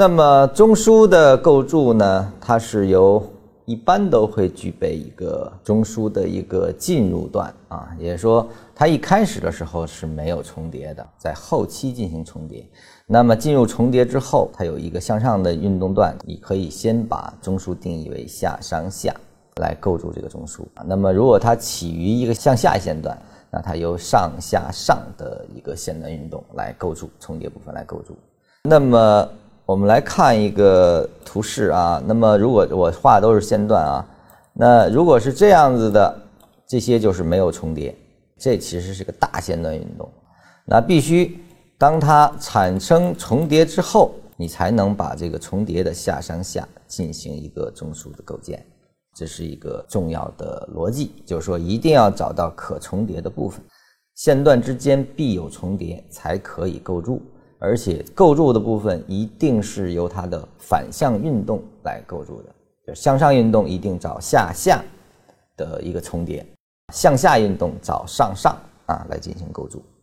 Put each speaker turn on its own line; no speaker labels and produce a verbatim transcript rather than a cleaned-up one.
那么中枢的构筑呢，它是由一般都会具备一个中枢的一个进入段啊，也就是说它一开始的时候是没有重叠的，在后期进行重叠。那么进入重叠之后，它有一个向上的运动段，你可以先把中枢定义为下上下来构筑这个中枢。那么如果它起于一个向下线段，那它由上下上的一个线段运动来构筑重叠部分来构筑。那么我们来看一个图示啊，那么如果我画的都是线段啊，那如果是这样子的，这些就是没有重叠，这其实是个大线段运动。那必须当它产生重叠之后，你才能把这个重叠的下上下进行一个中枢的构建，这是一个重要的逻辑，就是说一定要找到可重叠的部分，线段之间必有重叠才可以构筑。而且构筑的部分一定是由它的反向运动来构筑的，就向上运动一定找下下的一个重叠，向下运动找上上啊来进行构筑。